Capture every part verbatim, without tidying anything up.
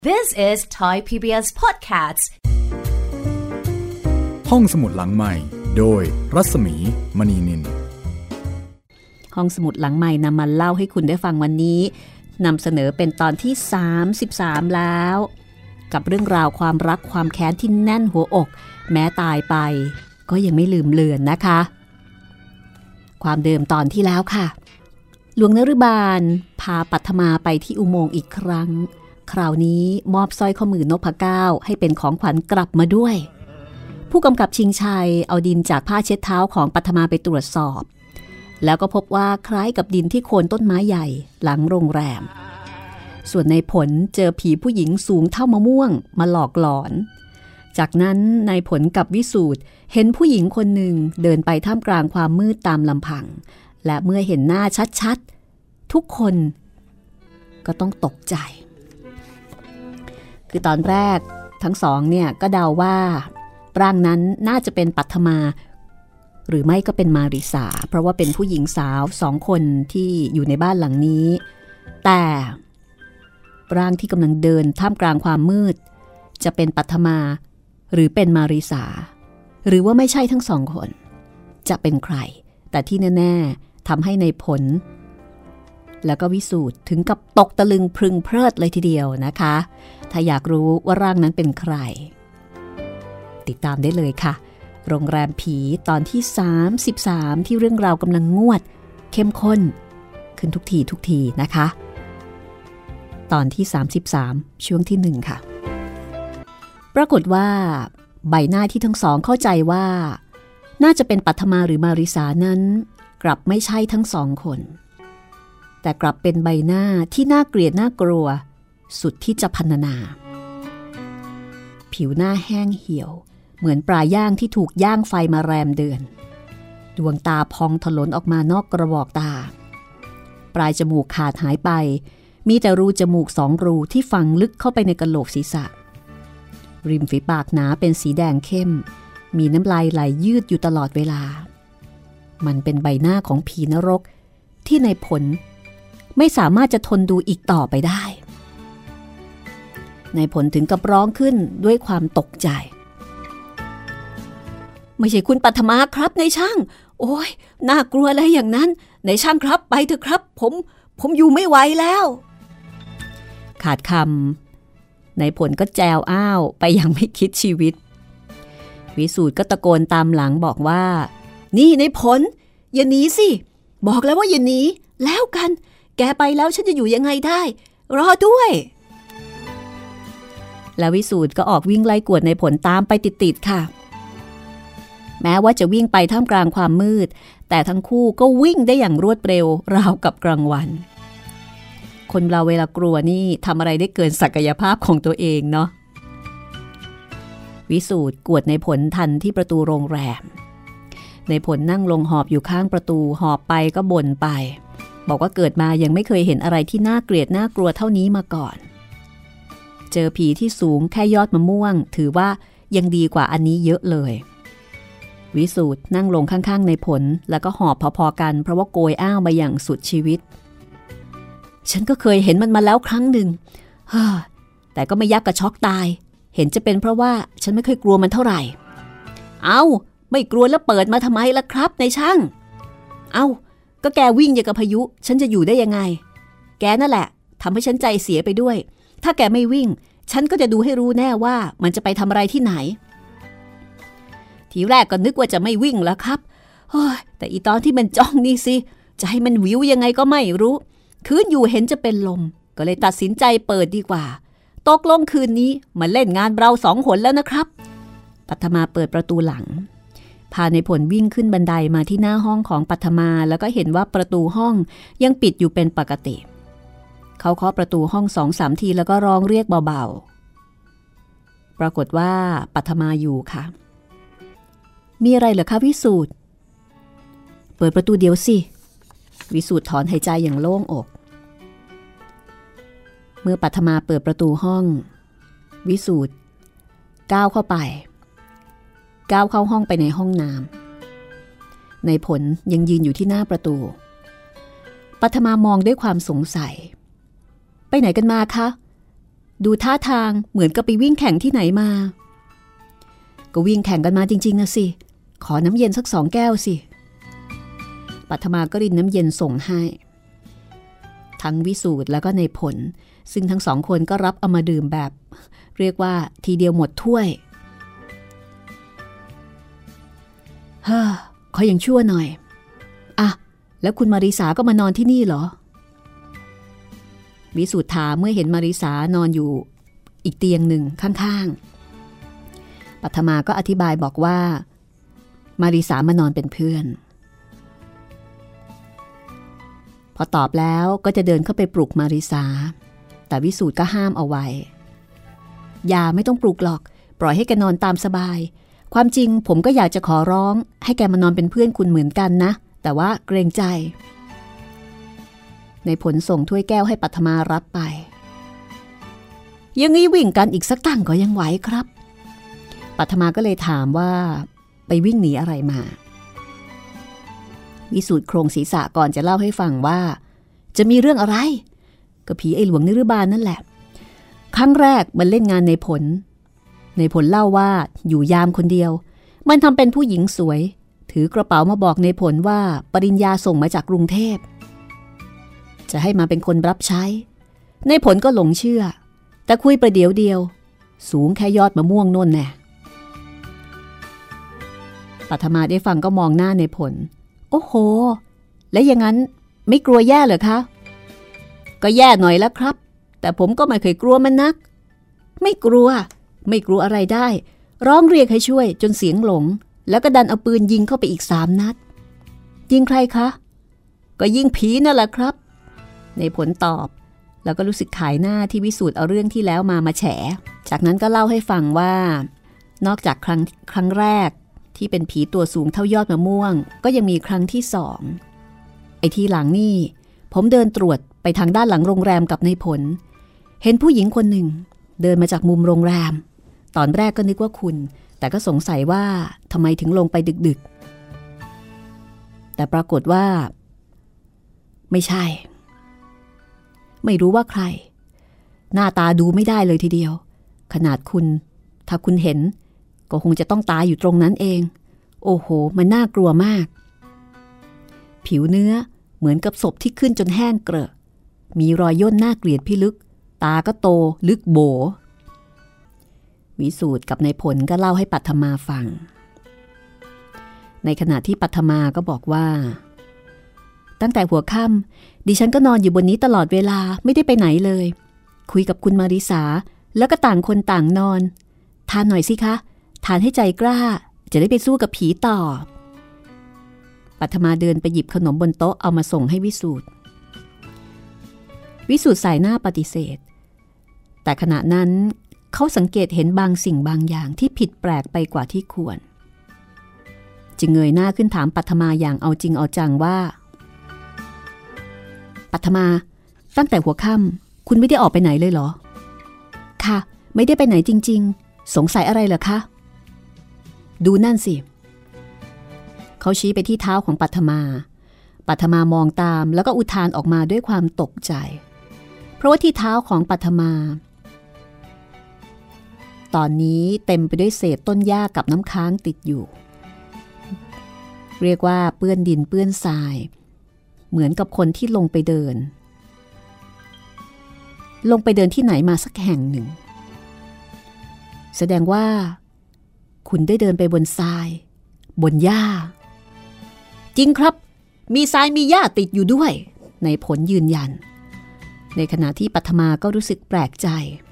This is Thai พี บี เอส Podcast ห้องสมุดหลังใหม่โดยรัศมีมณีนินห้องสมุดหลังใหม่นำมาเล่าให้คุณได้ฟังวันนี้นำเสนอเป็นตอนที่สามสิบสามแล้วกับเรื่องราวความรักความแค้นที่แน่นหัวอกแม้ตายไปก็ยังไม่ลืมเลือนนะคะความเดิมตอนที่แล้วค่ะหลวงนฤบาลพาปัทมาไปที่อุโมงค์อีกครั้งคราวนี้มอบสร้อยข้อมือนพเก้าให้เป็นของขวัญกลับมาด้วยผู้กำกับชิงชัยเอาดินจากผ้าเช็ดเท้าของปัทมาไปตรวจสอบแล้วก็พบว่าคล้ายกับดินที่โคนต้นไม้ใหญ่หลังโรงแรมส่วนในผลเจอผีผู้หญิงสูงเท่ามะม่วงมาหลอกหลอนจากนั้นนายผลกับวิสูตรเห็นผู้หญิงคนหนึ่งเดินไปท่ามกลางความมืดตามลำพังและเมื่อเห็นหน้าชัดๆทุกคนก็ต้องตกใจคือตอนแรกทั้งสองเนี่ยก็เดาว่าร่างนั้นน่าจะเป็นปัทมาหรือไม่ก็เป็นมาริสาเพราะว่าเป็นผู้หญิงสาวสองคนที่อยู่ในบ้านหลังนี้แต่ร่างที่กำลังเดินท่ามกลางความมืดจะเป็นปัทมาหรือเป็นมาริสาหรือว่าไม่ใช่ทั้งสองคนจะเป็นใครแต่ที่แน่ๆทำให้ในผลแล้วก็วิสูตรถึงกับตกตะลึงพรึงเพลิดเลยทีเดียวนะคะถ้าอยากรู้ว่าร่างนั้นเป็นใครติดตามได้เลยค่ะโรงแรมผีตอนที่สามสิบสามที่เรื่องราวกำลังงวดเข้มข้นขึ้นทุกทีทุกทีนะคะตอนที่สามสิบสามช่วงที่หนึ่งค่ะปรากฏว่าใบหน้าที่ทั้งสองเข้าใจว่าน่าจะเป็นปัทมาหรือมาริสานั้นกลับไม่ใช่ทั้งสองคนแต่กลับเป็นใบหน้าที่น่าเกลียดน่ากลัวสุดที่จะพรรณนาผิวหน้าแห้งเหี่ยวเหมือนปลาย่างที่ถูกย่างไฟมาแรมเดือนดวงตาพองถลนออกมานอกกระบอกตาปลายจมูกขาดหายไปมีแต่รูจมูกสองรูที่ฝังลึกเข้าไปในกะโหลกศีรษะริมฝีปากหนาเป็นสีแดงเข้มมีน้ำลายไหลยืดอยู่ตลอดเวลามันเป็นใบหน้าของผีนรกที่ในผลไม่สามารถจะทนดูอีกต่อไปได้ในผลถึงกับร้องขึ้นด้วยความตกใจไม่ใช่คุณปัทมาครับนายช่างโอ้ยน่ากลัวอะไรอย่างนั้นนายช่างครับไปเถอะครับผมผมอยู่ไม่ไหวแล้วขาดคำนายผลก็แจวอ้าวไปยังไม่คิดชีวิตวิสูตรก็ตะโกนตามหลังบอกว่านี่นายผลอย่าหนีสิบอกแล้วว่าอย่าหนีแล้วกันแกไปแล้วฉันจะอยู่ยังไงได้รอด้วยแล้ววิสูตรก็ออกวิ่งไล่กวดนายผลตามไปติดๆค่ะแม้ว่าจะวิ่งไปท่ามกลางความมืดแต่ทั้งคู่ก็วิ่งได้อย่างรวดเร็วราวกับกลางวันคนเราเวลากลัวนี่ทำอะไรได้เกินศักยภาพของตัวเองเนาะวิสูตรกวดในผลทันที่ประตูโรงแรมในผลนั่งลงหอบอยู่ข้างประตูหอบไปก็บ่นไปบอกว่าเกิดมายังไม่เคยเห็นอะไรที่น่าเกลียดน่ากลัวเท่านี้มาก่อนเจอผีที่สูงแค่ยอดมะม่วงถือว่ายังดีกว่าอันนี้เยอะเลยวิสูตรนั่งลงข้างๆในผลแล้วก็หอบพอๆกันเพราะว่าโกยอ้าวมาอย่างสุดชีวิตฉันก็เคยเห็นมันมาแล้วครั้งหนึ่งแต่ก็ไม่ยักกระช็อกตายเห็นจะเป็นเพราะว่าฉันไม่เคยกลัวมันเท่าไหร่เอ้าไม่กลัวแล้วเปิดมาทำไมล่ะครับนายช่างเอ้าก็แกวิ่งอย่างกับพายุฉันจะอยู่ได้ยังไงแกนั่นแหละทำให้ฉันใจเสียไปด้วยถ้าแกไม่วิ่งฉันก็จะดูให้รู้แน่ว่ามันจะไปทำอะไรที่ไหนทีแรกก็นึกว่าจะไม่วิ่งแล้วครับแต่อีตอนที่มันจ้องนี่สิจะให้มันวิวยังไงก็ไม่รู้คืนอยู่เห็นจะเป็นลมก็เลยตัดสินใจเปิดดีกว่าตกลงคืนนี้มาเล่นงานเราสองหนแล้วนะครับปัทมาเปิดประตูหลังพาในผลวิ่งขึ้นบันไดมาที่หน้าห้องของปัทมาแล้วก็เห็นว่าประตูห้องยังปิดอยู่เป็นปกติเขาเคาะประตูห้องสองสามทีแล้วก็ร้องเรียกเบาๆปรากฏว่าปัทมาอยู่ค่ะมีอะไรเหรอคะวิสูตรเปิดประตูเดียวสิวิสูตรถอนหายใจอย่างโล่งอกเมื่อปัทมาเปิดประตูห้องวิสูตรก้าวเข้าไปก้าวเข้าห้องไปในห้องน้ำในผลยังยืนอยู่ที่หน้าประตูปัทมามองด้วยความสงสัยไปไหนกันมาคะดูท่าทางเหมือนกับไปวิ่งแข่งที่ไหนมาก็วิ่งแข่งกันมาจริงๆนะสิขอน้ำเย็นสักสองแก้วสิปัทมาก็รินน้ำเย็นส่งให้ทั้งวิสูตรแล้วก็ในผลซึ่งทั้งสองคนก็รับเอามาดื่มแบบเรียกว่าทีเดียวหมดถ้วยเฮ้อขอยังชั่วหน่อยอ่ะแล้วคุณมาริสาก็มานอนที่นี่เหรอวิสูตรถามเมื่อเห็นมาริสานอนอยู่อีกเตียงหนึ่งข้างๆปัทมาก็อธิบายบอกว่ามาริสามานอนเป็นเพื่อนพอตอบแล้วก็จะเดินเข้าไปปลุกมาริสาแต่วิสูตรก็ห้ามเอาไว้อย่าไม่ต้องปลุกหรอกปล่อยให้แกนอนตามสบายความจริงผมก็อยากจะขอร้องให้แกมานอนเป็นเพื่อนคุณเหมือนกันนะแต่ว่าเกรงใจในผลส่งถ้วยแก้วให้ปัทมารับไปยังงี้วิ่งกันอีกสักตั้งก็ยังไหวครับปัทมาก็เลยถามว่าไปวิ่งหนีอะไรมาวิสูตรโครงศีรษะก่อนจะเล่าให้ฟังว่าจะมีเรื่องอะไรก็ผีไอ้หลวงนิรบาลนั่นแหละครั้งแรกมันเล่นงานในผลในผลเล่าว่าอยู่ยามคนเดียวมันทำเป็นผู้หญิงสวยถือกระเป๋ามาบอกในผลว่าปริญญาส่งมาจากกรุงเทพจะให้มาเป็นคนรับใช้ในผลก็หลงเชื่อแต่คุยประเดี๋ยวเดียวสูงแค่ยอดมะม่วงโน่นแน่ปัทมาได้ฟังก็มองหน้าในผลโอ้โหแล้วอย่างนั้นไม่กลัวแย่เหรอคะก็แย่หน่อยแล้วครับแต่ผมก็ไม่เคยกลัวมันนักไม่กลัวไม่กลัวอะไรได้ร้องเรียกให้ช่วยจนเสียงหลงแล้วก็ดันเอาปืนยิงเข้าไปอีกสามนัดยิงใครคะก็ยิงผีนั่นแหละครับในผลตอบแล้วก็รู้สึกขายหน้าที่วิสูตรเอาเรื่องที่แล้วมามาแฉจากนั้นก็เล่าให้ฟังว่านอกจากครั้งครั้งแรกที่เป็นผีตัวสูงเท่ายอดมะม่วงก็ยังมีครั้งที่สองไอ้ที่หลังนี่ผมเดินตรวจไปทางด้านหลังโรงแรมกับในผลเห็นผู้หญิงคนหนึ่งเดินมาจากมุมโรงแรมตอนแรกก็นึกว่าคุณแต่ก็สงสัยว่าทำไมถึงลงไปดึกๆแต่ปรากฏว่าไม่ใช่ไม่รู้ว่าใครหน้าตาดูไม่ได้เลยทีเดียวขนาดคุณถ้าคุณเห็นก็คงจะต้องตายอยู่ตรงนั้นเองโอ้โหมันน่ากลัวมากผิวเนื้อเหมือนกับศพที่ขึ้นจนแห้งเกรอะมีรอยย่นน่าเกลียดพิลึกตาก็โตลึกโบวิสูตรกับนายผลก็เล่าให้ปัทมาฟังในขณะที่ปัทมาก็บอกว่าตั้งแต่หัวค่ำดิฉันก็นอนอยู่บนนี้ตลอดเวลาไม่ได้ไปไหนเลยคุยกับคุณมาริสาแล้วก็ต่างคนต่างนอนทานหน่อยสิคะทานให้ใจกล้าจะได้ไปสู้กับผีต่อปัทมาเดินไปหยิบขนมบนโต๊ะเอามาส่งให้วิสูตรวิสูตรสายหน้าปฏิเสธแต่ขณะนั้นเขาสังเกตเห็นบางสิ่งบางอย่างที่ผิดแปลกไปกว่าที่ควรจึงเงยหน้าขึ้นถามปัทมาอย่างเอาจริงเอาจังว่าปัทมาตั้งแต่หัวค่ำคุณไม่ได้ออกไปไหนเลยเหรอค่ะไม่ได้ไปไหนจริงๆสงสัยอะไรเหรอคะดูนั่นสิเขาชี้ไปที่เท้าของปัทมาปัทมามองตามแล้วก็อุทานออกมาด้วยความตกใจเพราะว่าที่เท้าของปัทมาตอนนี้เต็มไปด้วยเศษต้นหญ้ากับน้ำค้างติดอยู่เรียกว่าเปื้อนดินเปื้อนทรายเหมือนกับคนที่ลงไปเดินลงไปเดินที่ไหนมาสักแห่งหนึ่งแสดงว่าคุณได้เดินไปบนทรายบนหญ้าจริงครับมีทรายมีหญ้าติดอยู่ด้วยในผลยืนยันในขณะที่ปัทมาก็รู้สึกแปลกใจ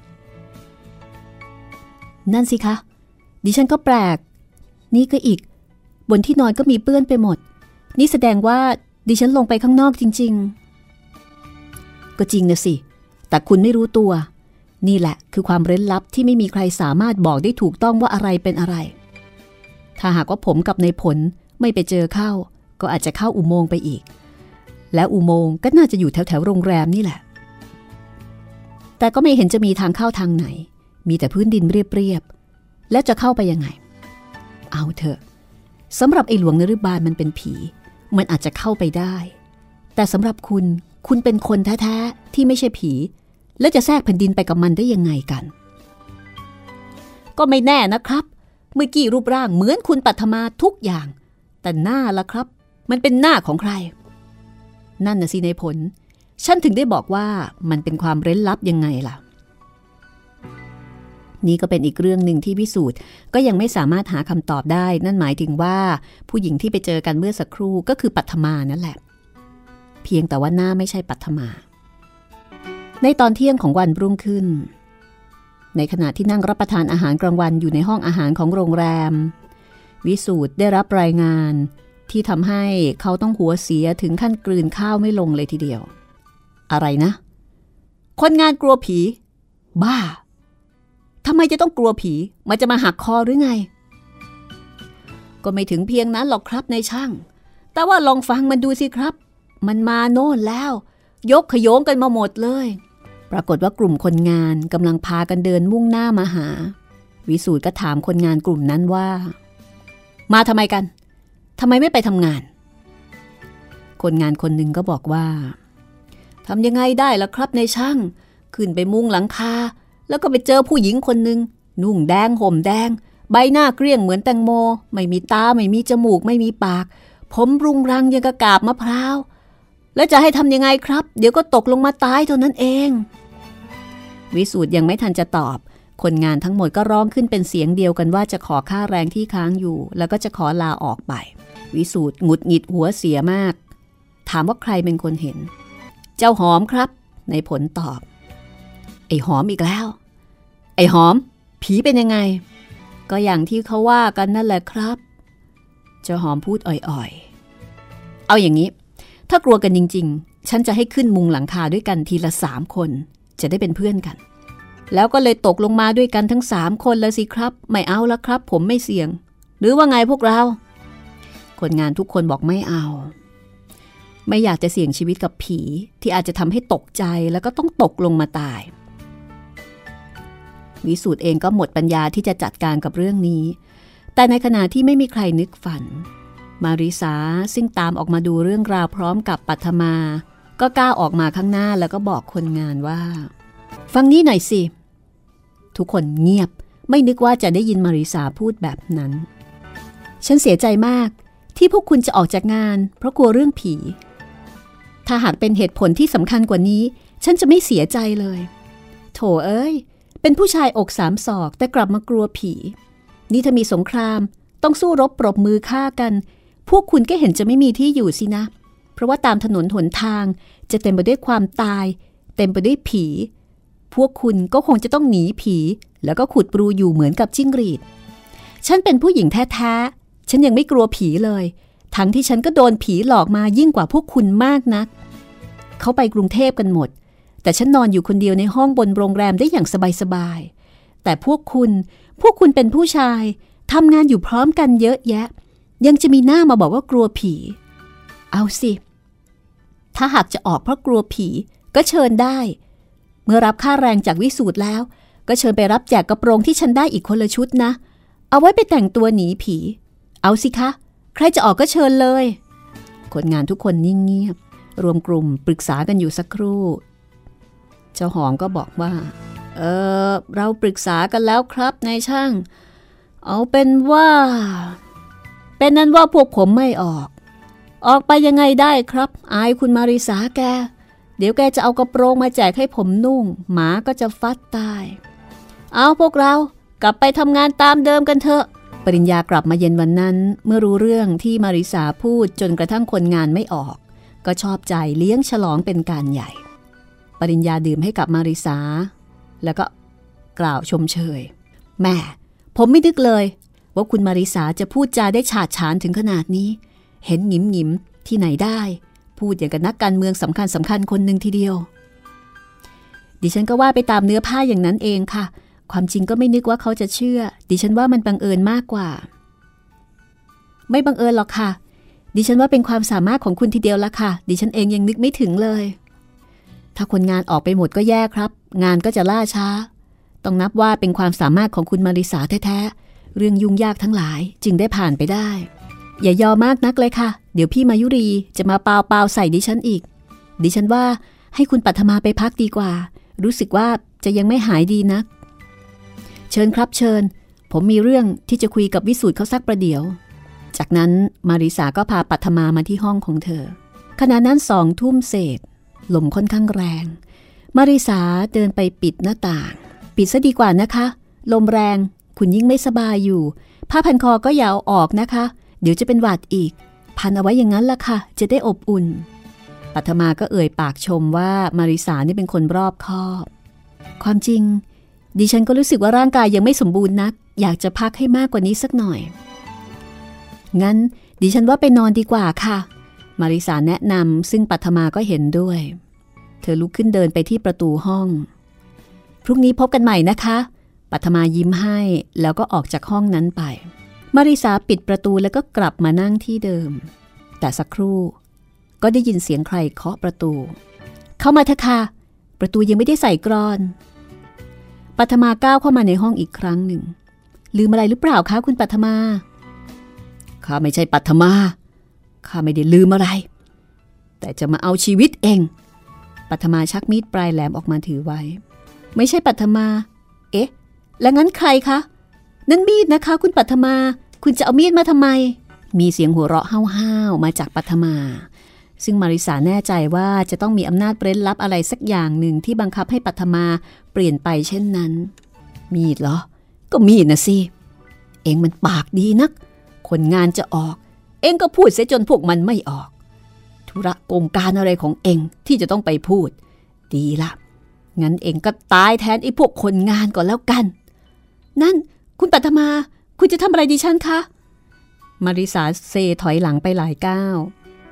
นั่นสิคะดิฉันก็แปลกนี่ก็อีกบนที่นอนก็มีเปื้อนไปหมดนี่แสดงว่าดิฉันลงไปข้างนอกจริงๆก็จริงนะสิแต่คุณไม่รู้ตัวนี่แหละคือความเร้นลับที่ไม่มีใครสามารถบอกได้ถูกต้องว่าอะไรเป็นอะไรถ้าหากว่าผมกับในผลไม่ไปเจอเข้าก็อาจจะเข้าอุโมงค์ไปอีกและอุโมงค์ก็น่าจะอยู่แถวๆโรงแรมนี่แหละแต่ก็ไม่เห็นจะมีทางเข้าทางไหนมีแต่พื้นดินเรียบๆแล้วจะเข้าไปยังไงเอาเถอะสำหรับไอ้หลวงนฤบาลมันเป็นผีมันอาจจะเข้าไปได้แต่สำหรับคุณคุณเป็นคนแท้ๆที่ไม่ใช่ผีแล้วจะแทรกแผ่นดินไปกับมันได้ยังไงกันก็ไม่แน่นะครับเมื่อกี้รูปร่างเหมือนคุณปัทมาทุกอย่างแต่หน้าล่ะครับมันเป็นหน้าของใครนั่นน่ะสิในผลฉันถึงได้บอกว่ามันเป็นความเร้นลับยังไงล่ะนี่ก็เป็นอีกเรื่องหนึ่งที่พิสูจน์ก็ยังไม่สามารถหาคำตอบได้นั่นหมายถึงว่าผู้หญิงที่ไปเจอกันเมื่อสักครู่ก็คือปัทมานั่นแหละเพียงแต่ว่าหน้าไม่ใช่ปัทมาในตอนเที่ยงของวันรุ่งขึ้นในขณะที่นั่งรับประทานอาหารกลางวันอยู่ในห้องอาหารของโรงแรมวิสูตรได้รับรายงานที่ทำให้เขาต้องหัวเสียถึงขั้นกลืนข้าวไม่ลงเลยทีเดียวอะไรนะคนงานกลัวผีบ้าทำไมจะต้องกลัวผีมันจะมาหักคอหรือไงก็ไม่ถึงเพียงนั้นหรอกครับนายช่างแต่ว่าลองฟังมันดูสิครับมันมาโน่นแล้วยกขโยงกันมาหมดเลยปรากฏว่ากลุ่มคนงานกำลังพากันเดินมุ่งหน้ามาหาวิสูตรก็ถามคนงานกลุ่มนั้นว่ามาทำไมกันทำไมไม่ไปทำงานคนงานคนหนึ่งก็บอกว่าทำยังไงได้ล่ะครับนายช่างขึ้นไปมุงหลังคาแล้วก็ไปเจอผู้หญิงคนหนึ่งนุ่งแดงห่มแดงใบหน้าเกลี้ยงเหมือนแตงโมไม่มีตาไม่มีจมูกไม่มีปากผมรุงรังยังกระกาบมะพร้าวแล้วจะให้ทำยังไงครับเดี๋ยวก็ตกลงมาตายเท่านั้นเองวิสูตรยังไม่ทันจะตอบคนงานทั้งหมดก็ร้องขึ้นเป็นเสียงเดียวกันว่าจะขอค่าแรงที่ค้างอยู่แล้วก็จะขอลาออกไปวิสูตรหงุดหงิดหัวเสียมากถามว่าใครเป็นคนเห็นเจ้าหอมครับในผลตอบไอ้หอมอีกแล้วไอ้หอมผีเป็นยังไงก็อย่างที่เขาว่ากันนั่นแหละครับเจ้าหอมพูดอ่อยๆเอาอย่างนี้ถ้ากลัวกันจริงๆฉันจะให้ขึ้นมุงหลังคาด้วยกันทีละสามคนจะได้เป็นเพื่อนกันแล้วก็เลยตกลงมาด้วยกันทั้งสามคนแล้วสิครับไม่เอาละครับผมไม่เสี่ยงหรือว่าไงพวกเราคนงานทุกคนบอกไม่เอาไม่อยากจะเสี่ยงชีวิตกับผีที่อาจจะทำให้ตกใจแล้วก็ต้องตกลงมาตายวิสูตรเองก็หมดปัญญาที่จะจัดการกับเรื่องนี้แต่ในขณะที่ไม่มีใครนึกฝันมาริสาซึ่งตามออกมาดูเรื่องราวพร้อมกับปัทมาก็ก้าวออกมาข้างหน้าแล้วก็บอกคนงานว่าฟังนี้หน่อยสิทุกคนเงียบไม่นึกว่าจะได้ยินมาริสาพูดแบบนั้นฉันเสียใจมากที่พวกคุณจะออกจากงานเพราะกลัวเรื่องผีถ้าหากเป็นเหตุผลที่สำคัญกว่านี้ฉันจะไม่เสียใจเลยโถเอ้ยเป็นผู้ชายอกสามศอกแต่กลับมากลัวผีนี่ถ้ามีสงครามต้องสู้รบปรบมือฆ่ากันพวกคุณก็เห็นจะไม่มีที่อยู่สินะเพราะว่าตามถนนหนทางจะเต็มไปด้วยความตายเต็มไปด้วยผีพวกคุณก็คงจะต้องหนีผีแล้วก็ขุดรูอยู่เหมือนกับจิ้งหรีดฉันเป็นผู้หญิงแท้ๆฉันยังไม่กลัวผีเลยทั้งที่ฉันก็โดนผีหลอกมายิ่งกว่าพวกคุณมากนักเขาไปกรุงเทพกันหมดแต่ฉันนอนอยู่คนเดียวในห้องบนโรงแรมได้อย่างสบายๆแต่พวกคุณพวกคุณเป็นผู้ชายทำงานอยู่พร้อมกันเยอะแยะยังจะมีหน้ามาบอกว่ากลัวผีเอาสิถ้าหากจะออกเพราะกลัวผีก็เชิญได้เมื่อรับค่าแรงจากวิสูตรแล้วก็เชิญไปรับแจกกระโปรงที่ฉันได้อีกคนละชุดนะเอาไว้ไปแต่งตัวหนีผีเอาสิคะใครจะออกก็เชิญเลยคนงานทุกคนนิ่งเงียบรวมกลุ่มปรึกษากันอยู่สักครู่เจ้าหอมก็บอกว่าเออเราปรึกษากันแล้วครับนายช่างเอาเป็นว่าเป็นนั้นว่าพวกผมไม่ออกออกไปยังไงได้ครับอายคุณมาริสาแกเดี๋ยวแกจะเอากระโปรงมาแจกให้ผมนุ่งหมาก็จะฟัดตายเอาพวกเรากลับไปทำงานตามเดิมกันเถอะปริญญากลับมาเย็นวันนั้นเมื่อรู้เรื่องที่มาริสาพูดจนกระทั่งคนงานไม่ออกก็ชอบใจเลี้ยงฉลองเป็นการใหญ่ปริญญาดื่มให้กับมาริสาแล้วก็กล่าวชมเชยแม่ผมไม่นึกเลยว่าคุณมาริสาจะพูดจาได้ฉาดฉานถึงขนาดนี้เห็นหงิมหงิมที่ไหนได้พูดอย่างกับนักการเมืองสำคัญสำคัญคนหนึ่งทีเดียวดิฉันก็ว่าไปตามเนื้อผ้าอย่างนั้นเองค่ะความจริงก็ไม่นึกว่าเขาจะเชื่อดิฉันว่ามันบังเอิญมากกว่าไม่บังเอิญหรอกค่ะดิฉันว่าเป็นความสามารถของคุณทีเดียวละค่ะดิฉันเองยังนึกไม่ถึงเลยถ้าคนงานออกไปหมดก็แย่ครับงานก็จะล่าช้าต้องนับว่าเป็นความสามารถของคุณมาริสาแท้ๆเรื่องยุ่งยากทั้งหลายจึงได้ผ่านไปได้อย่ายอมากนักเลยค่ะเดี๋ยวพี่มายุรีจะมาเปล่าเปล่าใส่ดิฉันอีกดิฉันว่าให้คุณปัทมาไปพักดีกว่ารู้สึกว่าจะยังไม่หายดีนักเชิญครับเชิญผมมีเรื่องที่จะคุยกับวิสูตรเขาสักประเดี๋ยวจากนั้นมาริสาก็พาปัทมามาที่ห้องของเธอขณะนั้นสองทุ่มเศษลมค่อนข้างแรงมาริสาเดินไปปิดหน้าต่างปิดซะดีกว่านะคะลมแรงคุณยิ่งไม่สบายอยู่ผ้าพันคอก็อย่าเอาออกนะคะเดี๋ยวจะเป็นหวัดอีกพันเอาไว้อย่างนั้นล่ะค่ะจะได้อบอุ่นปัทมาก็เอ่ยปากชมว่ามาริสานี่เป็นคนรอบคอบความจริงดิฉันก็รู้สึกว่าร่างกายยังไม่สมบูรณ์นักอยากจะพักให้มากกว่านี้สักหน่อยงั้นดิฉันว่าไปนอนดีกว่าค่ะมาริสาแนะนำซึ่งปัทมาก็เห็นด้วยเธอลุกขึ้นเดินไปที่ประตูห้องพรุ่งนี้พบกันใหม่นะคะปัทมายิ้มให้แล้วก็ออกจากห้องนั้นไปมาริสาปิดประตูแล้วก็กลับมานั่งที่เดิมแต่สักครู่ก็ได้ยินเสียงใครเคาะประตูเข้ามาเถอะค่ะประตูยังไม่ได้ใส่กรอนปัทมาก้าวเข้ามาในห้องอีกครั้งหนึ่งลืมอะไรหรือเปล่าคะคุณปัทมาข้าไม่ใช่ปัทมาข้าไม่ได้ลืมอะไรแต่จะมาเอาชีวิตเองปัทมาชักมีดปลายแหลมออกมาถือไว้ไม่ใช่ปัทมาเอ๊ะแล้วงั้นใครคะนั่นมีดนะคะคุณปัทมาคุณจะเอามีดมาทำไมมีเสียงหัวเราะห้าวๆมาจากปัทมาซึ่งมาริสาแน่ใจว่าจะต้องมีอำนาจเร้นลับอะไรสักอย่างหนึ่งที่บังคับให้ปัทมาเปลี่ยนไปเช่นนั้นมีดเหรอก็มีดนะสิเองมันปากดีนักคนงานจะออกเองก็พูดเสียจนพวกมันไม่ออกธุระกงการอะไรของเองที่จะต้องไปพูดดีละงั้นเองก็ตายแทนไอ้พวกคนงานก่อนแล้วกันนั่นคุณปัทมาคุณจะทำอะไรดิฉันคะมาริสาเซถอยหลังไปหลายก้าว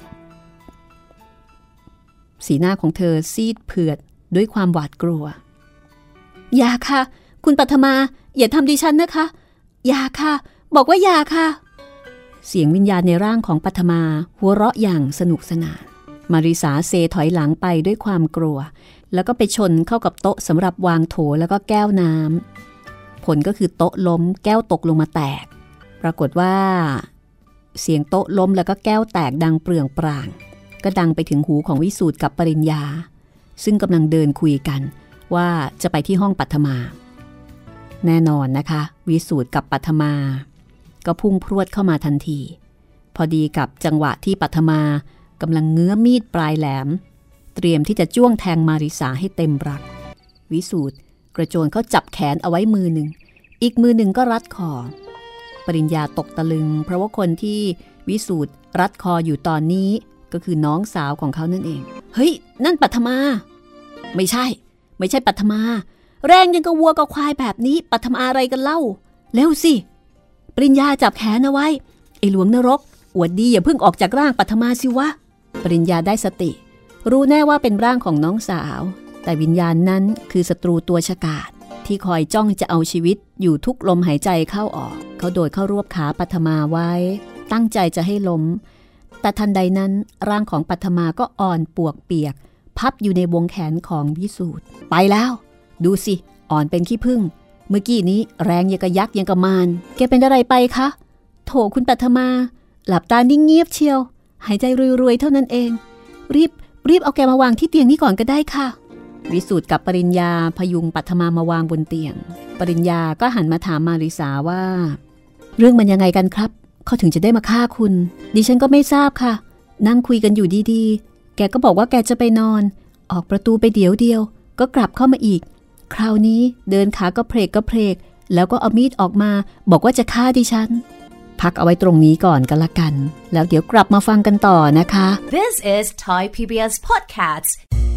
สีหน้าของเธอซีดเผือดด้วยความหวาดกลัวอย่าค่ะคุณปัทมาอย่าทำดิฉันนะคะอย่าค่ะบอกว่าอย่าค่ะเสียงวิญญาณในร่างของปัทมาหัวเราะอย่างสนุกสนานมาริสาเซถอยหลังไปด้วยความกลัวแล้วก็ไปชนเข้ากับโต๊ะสำหรับวางโถแล้วก็แก้วน้ำผลก็คือโต๊ะล้มแก้วตกลงมาแตกปรากฏว่าเสียงโต๊ะล้มแล้วก็แก้วแตกดังเปรื่องปร่างก็ดังไปถึงหูของวิสูตรกับปริญญาซึ่งกำลังเดินคุยกันว่าจะไปที่ห้องปัทมาแน่นอนนะคะวิสูตรกับปัทมาก็พุ่งพรวดเข้ามาทันทีพอดีกับจังหวะที่ปัทมากำลังเงื้อมีดปลายแหลมเตรียมที่จะจ้วงแทงมาริสาให้เต็มรักวิสูตรกระโจนเขาจับแขนเอาไว้มือหนึ่งอีกมือหนึ่งก็รัดคอปริญญาตกตะลึงเพราะว่าคนที่วิสูตรรัดคออยู่ตอนนี้ก็คือน้องสาวของเขานั่นเองเฮ้ยนั่นปัทมาไม่ใช่ไม่ใช่ปัทมาแรงยังกับวัวกับควายแบบนี้ปัทมาอะไรกันเล่าเร็วสิปริญญาจับแขนเอาไว้ไอ้หลวงนรกอวดดีอย่าเพิ่งออกจากร่างปัทมาสิวะปริญญาได้สติรู้แน่ว่าเป็นร่างของน้องสาวแต่วิญญาณนั้นคือศัตรูตัวฉกาจที่คอยจ้องจะเอาชีวิตอยู่ทุกลมหายใจเข้าออกเขาโดดเข้ารวบขาปัทมาไว้ตั้งใจจะให้ล้มแต่ทันใดนั้นร่างของปัทมาก็อ่อนปวกเปียกพับอยู่ในวงแขนของวิสูตรไปแล้วดูสิอ่อนเป็นขี้ผึ้งเมื่อกี้นี้แรงยังกะยักษ์ยังกะมารแกเป็นอะไรไปคะโถคุณปัทมาหลับตานิ่งเงียบเชียวหายใจรวยๆเท่านั้นเองรีบรีบเอาแกมาวางที่เตียงนี้ก่อนก็ได้ค่ะวิสูตรกับปริญญาพยุงปัทมามาวางบนเตียงปริญญาก็หันมาถามมาริสาว่าเรื่องมันยังไงกันครับเขาถึงจะได้มาฆ่าคุณดิฉันก็ไม่ทราบค่ะนั่งคุยกันอยู่ดีๆแกก็บอกว่าแกจะไปนอนออกประตูไปเดี๋ยวเดียวก็กลับเข้ามาอีกคราวนี้เดินขาก็เพลกก็เพลกแล้วก็เอามีดออกมาบอกว่าจะฆ่าดิฉันพักเอาไว้ตรงนี้ก่อนกันละกันแล้วเดี๋ยวกลับมาฟังกันต่อนะคะ This is Thai พี บี เอส Podcast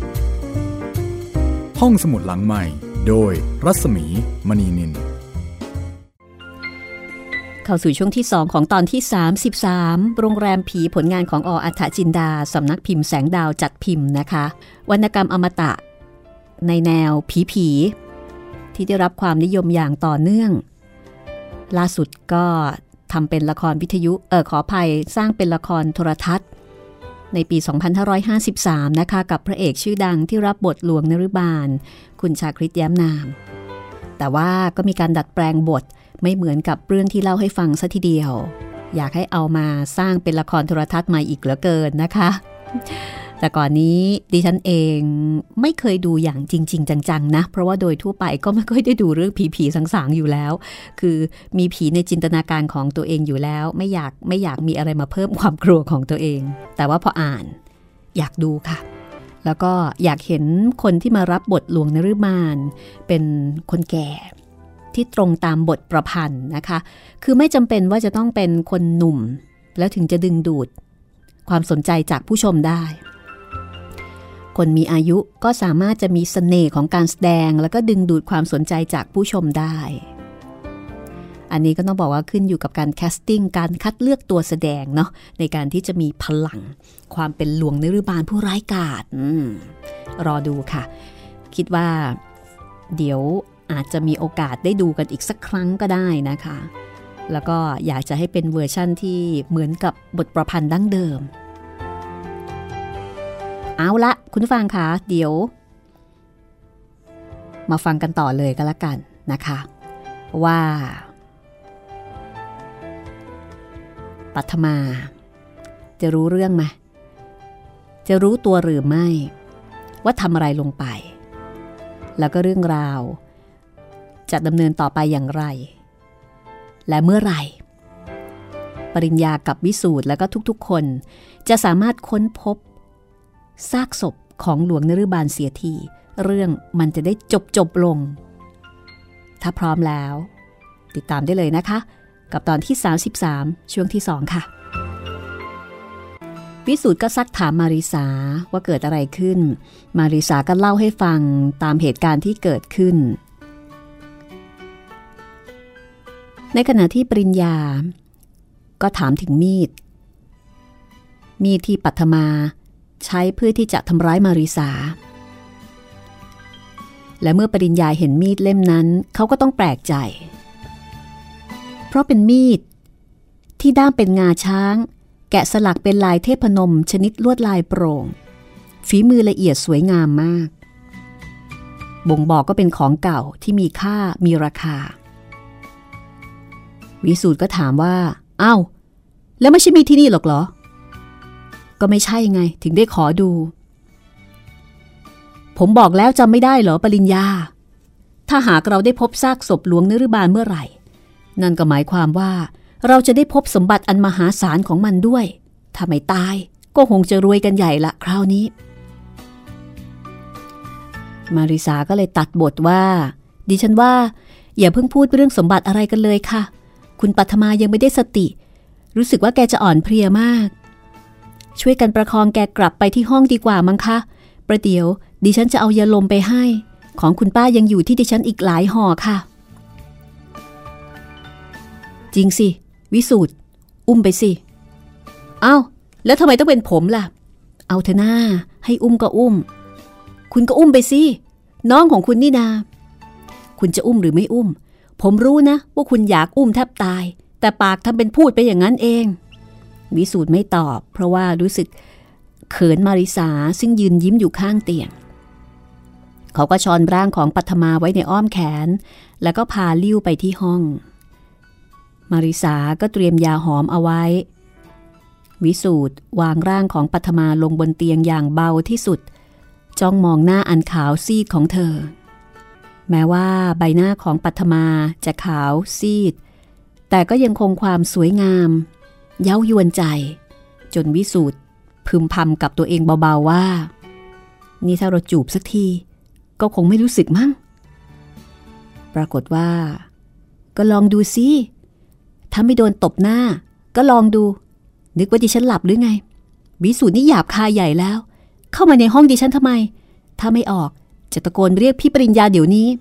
ห้องสมุดหลังใหม่โดยรัศมีมณีนินเข้าสู่ช่วงที่สองของตอนที่สามสิบสามโรงแรมผีผลงานของอ.อัฏฐจินดาสำนักพิมพ์แสงดาวจัดพิมพ์นะคะวรรณกรรมอมตะในแนวผีๆที่ได้รับความนิยมอย่างต่อเนื่องล่าสุดก็ทำเป็นละครวิทยุเออขออภัยสร้างเป็นละครโทรทัศน์ในปีสองพันห้าร้อยห้าสิบสามนะคะกับพระเอกชื่อดังที่รับบทหลวงนฤบาลคุณชาคริตแย้มนามแต่ว่าก็มีการดัดแปลงบทไม่เหมือนกับเรื่องที่เล่าให้ฟังซะทีเดียวอยากให้เอามาสร้างเป็นละครโทรทัศน์ใหม่อีกเหลือเกินนะคะแต่ก่อนนี้ดิฉันเองไม่เคยดูอย่างจริงๆจังๆนะเพราะว่าโดยทั่วไปก็ไม่ค่อยได้ดูเรื่องผีๆสางๆอยู่แล้วคือมีผีในจินตนาการของตัวเองอยู่แล้วไม่อยากไม่อยากมีอะไรมาเพิ่มความกลัวของตัวเองแต่ว่าพออ่านอยากดูค่ะแล้วก็อยากเห็นคนที่มารับบทหลวงนฤมานเป็นคนแก่ที่ตรงตามบทประพันธ์นะคะคือไม่จำเป็นว่าจะต้องเป็นคนหนุ่มแล้วถึงจะดึงดูดความสนใจจากผู้ชมได้คนมีอายุก็สามารถจะมีเสน่ห์ของการแสดงแล้วก็ดึงดูดความสนใจจากผู้ชมได้อันนี้ก็ต้องบอกว่าขึ้นอยู่กับการแคสติ้งการคัดเลือกตัวแสดงเนาะในการที่จะมีพลังความเป็นหลวงนฤบาลผู้ร้ายกาจรอดูค่ะคิดว่าเดี๋ยวอาจจะมีโอกาสได้ดูกันอีกสักครั้งก็ได้นะคะแล้วก็อยากจะให้เป็นเวอร์ชั่นที่เหมือนกับบทประพันธ์ดั้งเดิมเอาละคุณผู้ฟังคะเดี๋ยวมาฟังกันต่อเลยก็แล้วกันนะคะว่าปัทมาจะรู้เรื่องไหมจะรู้ตัวหรือไม่ว่าทำอะไรลงไปแล้วก็เรื่องราวจะดำเนินต่อไปอย่างไรและเมื่อไหร่ปริญญากับวิสูตรแล้วก็ทุกๆคนจะสามารถค้นพบซากศพของหลวงนฤบาลเสียทีเรื่องมันจะได้จบจบลงถ้าพร้อมแล้วติดตามได้เลยนะคะกับตอนที่สามสิบสามช่วงที่สองค่ะวิสูตรก็ซักถามมาริสาว่าเกิดอะไรขึ้นมาริสาก็เล่าให้ฟังตามเหตุการณ์ที่เกิดขึ้นในขณะที่ปริญญาก็ถามถึงมีดมีดที่ปัทมาใช้เพื่อที่จะทำร้ายมาริสาและเมื่อปริญญาเห็นมีดเล่มนั้นเขาก็ต้องแปลกใจเพราะเป็นมีดที่ด้ามเป็นงาช้างแกะสลักเป็นลายเทพนมชนิดลวดลายโปร่งฝีมือละเอียดสวยงามมากบ่งบอกก็เป็นของเก่าที่มีค่ามีราคาวิสูตรก็ถามว่าอ้าวแล้วไม่ใช่มีที่นี่หรอกเหรอก็ไม่ใช่ไงถึงได้ขอดูผมบอกแล้วจำไม่ได้เหรอปริญญาถ้าหากเราได้พบซากศพหลวงนฤบาลเมื่อไหร่นั่นก็หมายความว่าเราจะได้พบสมบัติอันมหาศาลของมันด้วยถ้าไม่ตายก็คงจะรวยกันใหญ่ละคราวนี้มาริสาก็เลยตัดบทว่าดิฉันว่าอย่าเพิ่งพูดเรื่องสมบัติอะไรกันเลยค่ะคุณปัทมายังไม่ได้สติรู้สึกว่าแกจะอ่อนเพลียมากช่วยกันประคองแกกลับไปที่ห้องดีกว่ามั้งคะประเดี๋ยวดิฉันจะเอายาลมไปให้ของคุณป้ายังอยู่ที่ดิฉันอีกหลายห่อค่ะจริงสิวิสูตรอุ้มไปสิเอ้าแล้วทำไมต้องเป็นผมล่ะเอาเถอะหน้าให้อุ้มก็อุ้มคุณก็อุ้มไปสิน้องของคุณนี่นาคุณจะอุ้มหรือไม่อุ้มผมรู้นะว่าคุณอยากอุ้มแทบตายแต่ปากทำเป็นพูดไปอย่างนั้นเองวิสูตรไม่ตอบเพราะว่ารู้สึกเขินมาริสาซึ่งยืนยิ้มอยู่ข้างเตียงเขาก็ช้อนร่างของปัทมาไว้ในอ้อมแขนแล้วก็พาลิ้วไปที่ห้องมาริสาก็เตรียมยาหอมเอาไว้วิสูตรวางร่างของปัทมาลงบนเตียงอย่างเบาที่สุดจ้องมองหน้าอันขาวซีดของเธอแม้ว่าใบหน้าของปัทมาจะขาวซีดแต่ก็ยังคงความสวยงามเย้ายวนใจจนวิสูตรพึมพำกับตัวเองเบาๆว่านี่ถ้าเราจูบสักทีก็คงไม่รู้สึกมั้งปรากฏว่าก็ลองดูสิถ้าไม่โดนตบหน้าก็ลองดูนึกว่าดิฉันหลับหรือไงวิสูตรนี่หยาบคายใหญ่แล้วเข้ามาในห้องดิฉันทำไมถ้าไม่ออกจะตะโกนเรียกพี่ปริญญาเดี๋ยวนี้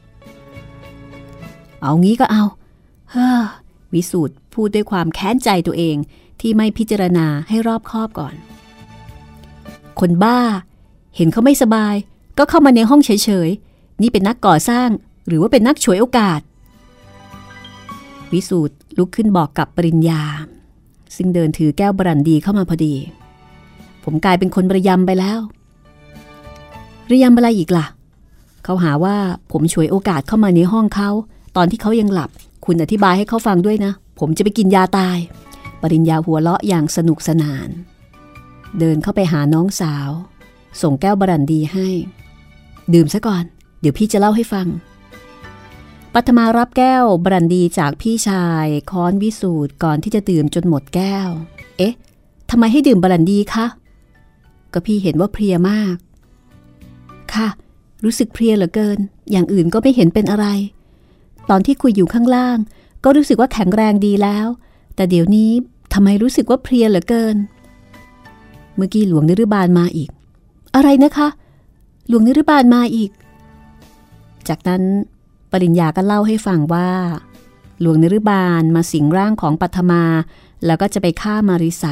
เอางี้ก็เอาเฮ้อวิสูตรพูดด้วยความแค้นใจตัวเองที่ไม่พิจารณาให้รอบคอบก่อนคนบ้าเห็นเขาไม่สบายก็เข้ามาในห้องเฉยๆนี่เป็นนักก่อสร้างหรือว่าเป็นนักฉวยโอกาสวิสูตรลุกขึ้นบอกกับปริญญาซึ่งเดินถือแก้วบรันดีเข้ามาพอดีผมกลายเป็นคนระยำไปแล้วระยำอะไรอีกล่ะเขาหาว่าผมฉวยโอกาสเข้ามาในห้องเขาตอนที่เขายังหลับคุณอธิบายให้เขาฟังด้วยนะผมจะไปกินยาตายปริญญาหัวเราะอย่างสนุกสนานเดินเข้าไปหาน้องสาวส่งแก้วบรันดีให้ดื่มซะก่อนเดี๋ยวพี่จะเล่าให้ฟังปัทมารับแก้วบรันดีจากพี่ชายค้อนวิสูตรก่อนที่จะดื่มจนหมดแก้วเอ๊ะทำไมให้ดื่มบรันดีคะก็พี่เห็นว่าเพลียมากค่ะรู้สึกเพลียเหลือเกินอย่างอื่นก็ไม่เห็นเป็นอะไรตอนที่คุยอยู่ข้างล่างก็รู้สึกว่าแข็งแรงดีแล้วแต่เดี๋ยวนี้ทำไมรู้สึกว่าเพลียเหลือเกินเมื่อกี้หลวงนฤบาลมาอีกอะไรนะคะหลวงนฤบาลมาอีกจากนั้นปริญญาก็เล่าให้ฟังว่าหลวงนฤบาลมาสิงร่างของปัทมาแล้วก็จะไปฆ่ามาริสา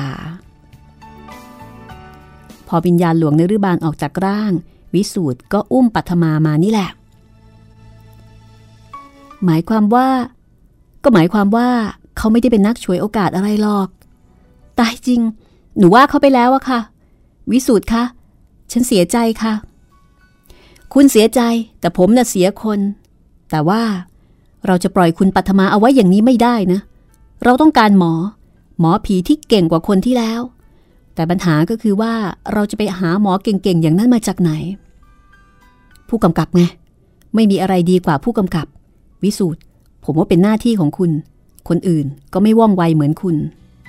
พอวิญญาณหลวงนฤบาลออกจากร่างวิสูตรก็อุ้มปัทมามานี่แหละหมายความว่าก็หมายความว่าเขาไม่ได้เป็นนักฉวยโอกาสอะไรหรอกตายจริงหนูว่าเขาไปแล้วอะค่ะวิสูตรคะฉันเสียใจค่ะคุณเสียใจแต่ผมน่ะเสียคนแต่ว่าเราจะปล่อยคุณปัทมาเอาไว้อย่างนี้ไม่ได้นะเราต้องการหมอหมอผีที่เก่งกว่าคนที่แล้วแต่ปัญหาก็คือว่าเราจะไปหาหมอเก่งๆอย่างนั้นมาจากไหนผู้กำกับไงไม่มีอะไรดีกว่าผู้กำกับวิสูตรผมว่าเป็นหน้าที่ของคุณคนอื่นก็ไม่ว่องไวเหมือนคุณ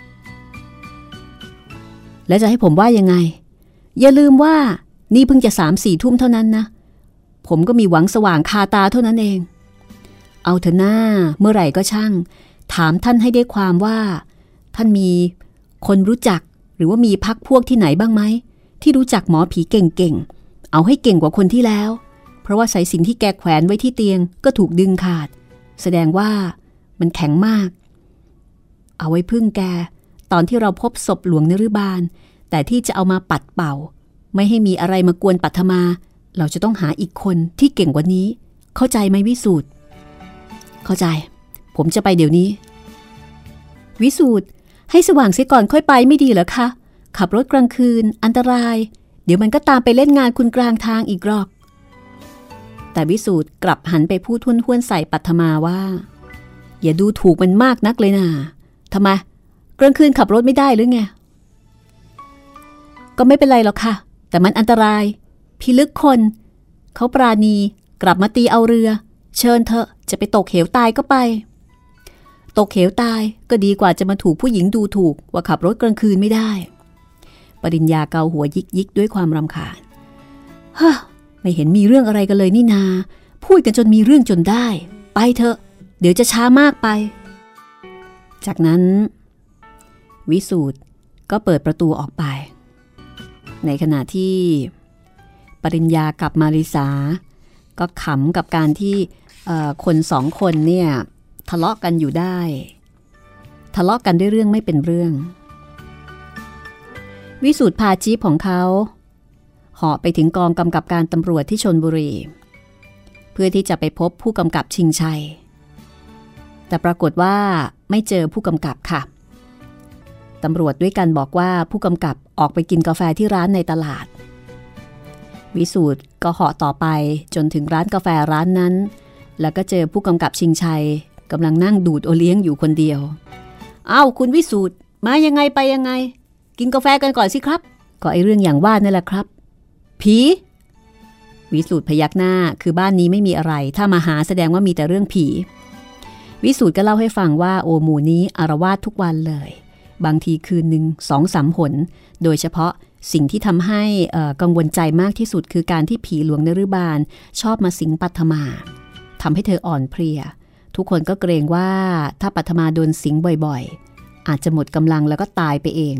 แล้วจะให้ผมว่ายังไงอย่าลืมว่านี่เพิ่งจะสามสี่ทุ่มเท่านั้นนะผมก็มีหวังสว่างคาตาเท่านั้นเองเอาเถอะหน้าเมื่อไหร่ก็ช่างถามท่านให้ได้ความว่าท่านมีคนรู้จักหรือว่ามีพรรคพวกที่ไหนบ้างไหมที่รู้จักหมอผีเก่งๆเอาให้เก่งกว่าคนที่แล้วเพราะว่าสายสิญจน์ที่แกแขวนไว้ที่เตียงก็ถูกดึงขาดแสดงว่ามันแข็งมากเอาไว้พึ่งแกตอนที่เราพบศพหลวงนฤบาลแต่ที่จะเอามาปัดเป่าไม่ให้มีอะไรมากวนปัทมาเราจะต้องหาอีกคนที่เก่งกว่านี้เข้าใจไหมวิสูตรเข้าใจผมจะไปเดี๋ยวนี้วิสูตรให้สว่างเสียก่อนค่อยไปไม่ดีเหรอคะขับรถกลางคืนอันตรายเดี๋ยวมันก็ตามไปเล่นงานคุณกลางทางอีกหรอกแต่วิสูตรกลับหันไปพูดท้วนๆใส่ปัทมาว่าอย่าดูถูกมันมากนักเลยนะทำไมกลางคืนขับรถไม่ได้หรือไงก็ไม่เป็นไรหรอกค่ะแต่มันอันตรายพิลึกคนเขาปราณีกลับมาตีเอาเรือเชิญเถอะจะไปตกเหวตายก็ไปตกเหวตายก็ดีกว่าจะมาถูกผู้หญิงดูถูกว่าขับรถกลางคืนไม่ได้ปริญญาเกาหัวยิกยิกด้วยความรำคาญฮะไม่เห็นมีเรื่องอะไรกันเลยนี่นาพูดกันจนมีเรื่องจนได้ไปเถอะเดี๋ยวจะช้ามากไปจากนั้นวิสูตรก็เปิดประตูออกไปในขณะที่ปริญญากับมาริสาก็ขำกับการที่คนสองคนเนี่ยทะเลาะกันอยู่ได้ทะเลาะกันด้วยเรื่องไม่เป็นเรื่องวิสูตรพาจี๊ปของเขาเหาะไปถึงกองกำกับการตำรวจที่ชลบุรีเพื่อที่จะไปพบผู้กำกับชิงชัยแต่ปรากฏว่าไม่เจอผู้กำกับค่ะตำรวจด้วยกันบอกว่าผู้กำกับออกไปกินกาแฟที่ร้านในตลาดวิสูตรก็เหาะต่อไปจนถึงร้านกาแฟร้านนั้นแล้วก็เจอผู้กำกับชิงชัยกำลังนั่งดูดโอเลี้ยงอยู่คนเดียวอ้าวคุณวิสูตรมายังไงไปยังไงกินกาแฟกันก่อนสิครับก็ไอเรื่องอย่างว่านั่นแหละครับผีวิสูตรพยักหน้าคือบ้านนี้ไม่มีอะไรถ้ามาหาแสดงว่ามีแต่เรื่องผีวิสูตรก็เล่าให้ฟังว่าโอหมู่นี้อาละวาดทุกวันเลยบางทีคืนหนึ่งสองสามหนโดยเฉพาะสิ่งที่ทำให้กังวลใจมากที่สุดคือการที่ผีหลวงนฤบาลชอบมาสิงปัทมาทำให้เธออ่อนเพลียทุกคนก็เกรงว่าถ้าปัทมาโดนสิงบ่อยๆอาจจะหมดกำลังแล้วก็ตายไปเอง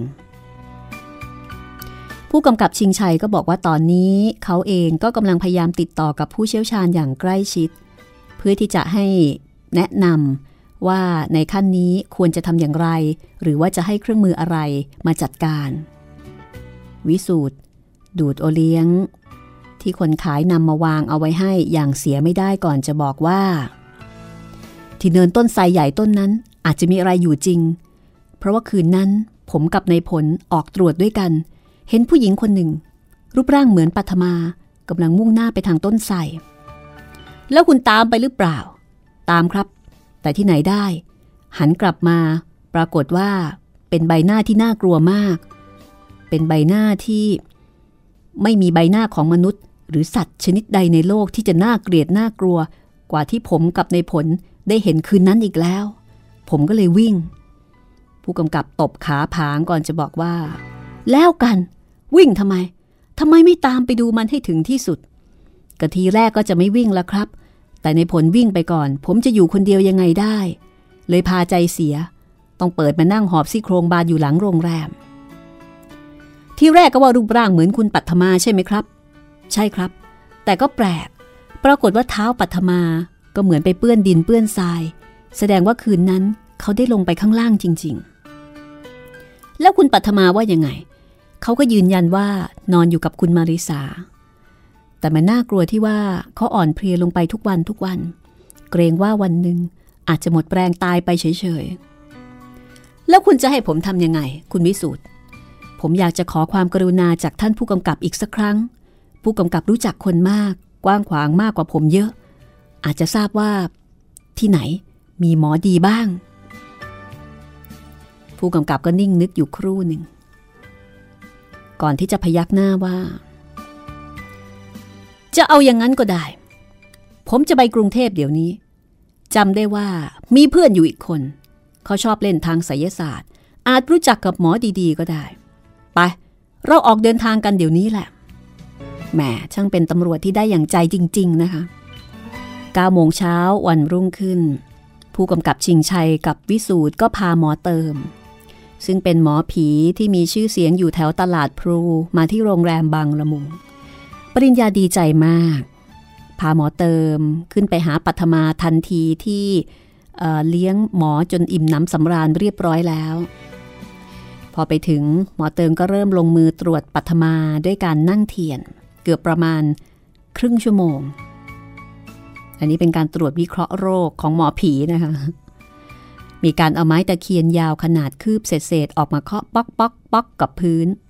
ผู้กำกับชิงชัยก็บอกว่าตอนนี้เขาเองก็กำลังพยายามติดต่อกับผู้เชี่ยวชาญอย่างใกล้ชิดเพื่อที่จะให้แนะนำว่าในขั้นนี้ควรจะทำอย่างไรหรือว่าจะให้เครื่องมืออะไรมาจัดการวิสูตรดูดโอเลี้ยงที่คนขายนำมาวางเอาไว้ให้อย่างเสียไม่ได้ก่อนจะบอกว่าที่เนินต้นไทรใหญ่ต้นนั้นอาจจะมีอะไรอยู่จริงเพราะว่าคืนนั้นผมกับนายผลออกตรวจด้วยกันเห็นผู้หญิงคนหนึ่งรูปร่างเหมือนปัทมากำลังมุ่งหน้าไปทางต้นไทรแล้วคุณตามไปหรือเปล่าตามครับแต่ที่ไหนได้หันกลับมาปรากฏว่าเป็นใบหน้าที่น่ากลัวมากเป็นใบหน้าที่ไม่มีใบหน้าของมนุษย์หรือสัตว์ชนิดใดในโลกที่จะน่าเกลียดน่ากลัวกว่าที่ผมกับในผลได้เห็นคืนนั้นอีกแล้วผมก็เลยวิ่งผู้กำกับตบขาผางก่อนจะบอกว่าแล้วกันวิ่งทำไมทำไมไม่ตามไปดูมันให้ถึงที่สุดกะทีแรกก็จะไม่วิ่งแล้วครับแต่ในผลวิ่งไปก่อนผมจะอยู่คนเดียวยังไงได้เลยพาใจเสียต้องเปิดมานั่งหอบซี่โครงบานอยู่หลังโรงแรมที่แรกก็ว่ารูปร่างเหมือนคุณปัทมาใช่ไหมครับใช่ครับแต่ก็แปลกปรากฏว่าเท้าปัทมาก็เหมือนไปเปื้อนดินเปื้อนทรายแสดงว่าคืนนั้นเขาได้ลงไปข้างล่างจริงๆแล้วคุณปัทมาว่ายังไงเขาก็ยืนยันว่านอนอยู่กับคุณมาริสาแต่มันน่ากลัวที่ว่าเขาอ่อนเพลียลงไปทุกวันทุกวันเกรงว่าวันหนึ่งอาจจะหมดแรงตายไปเฉยๆแล้วคุณจะให้ผมทำยังไงคุณวิสูตรผมอยากจะขอความกรุณาจากท่านผู้กำกับอีกสักครั้งผู้กำกับรู้จักคนมากกว้างขวางมากกว่าผมเยอะอาจจะทราบว่าที่ไหนมีหมอดีบ้างผู้กำกับก็นิ่งนึกอยู่ครู่หนึ่งก่อนที่จะพยักหน้าว่าจะเอาอย่างนั้นก็ได้ผมจะไปกรุงเทพเดี๋ยวนี้จำได้ว่ามีเพื่อนอยู่อีกคนเขาชอบเล่นทางไสยศาสตร์อาจรู้จักกับหมอดีๆก็ได้ไปเราออกเดินทางกันเดี๋ยวนี้แหละแหมช่างเป็นตำรวจที่ได้อย่างใจจริงๆนะคะเก้าโมงเช้าวันรุ่งขึ้นผู้กำกับชิงชัยกับวิสูตรก็พาหมอเติมซึ่งเป็นหมอผีที่มีชื่อเสียงอยู่แถวตลาดพลูมาที่โรงแรมบางละมุงปริญญาดีใจมากพาหมอเติมขึ้นไปหาปัทมาทันทีที่เอ่อเลี้ยงหมอจนอิ่มน้ำสำราญเรียบร้อยแล้วพอไปถึงหมอเติมก็เริ่มลงมือตรวจปัทมาด้วยการนั่งเทียนเกือบประมาณครึ่งชั่วโมงอันนี้เป็นการตรวจวิเคราะห์โรคของหมอผีนะคะมีการเอาไม้ตะเคียนยาวขนาดคืบเศษๆออกมาเคาะป๊อกป๊อกป๊อกกับพื้น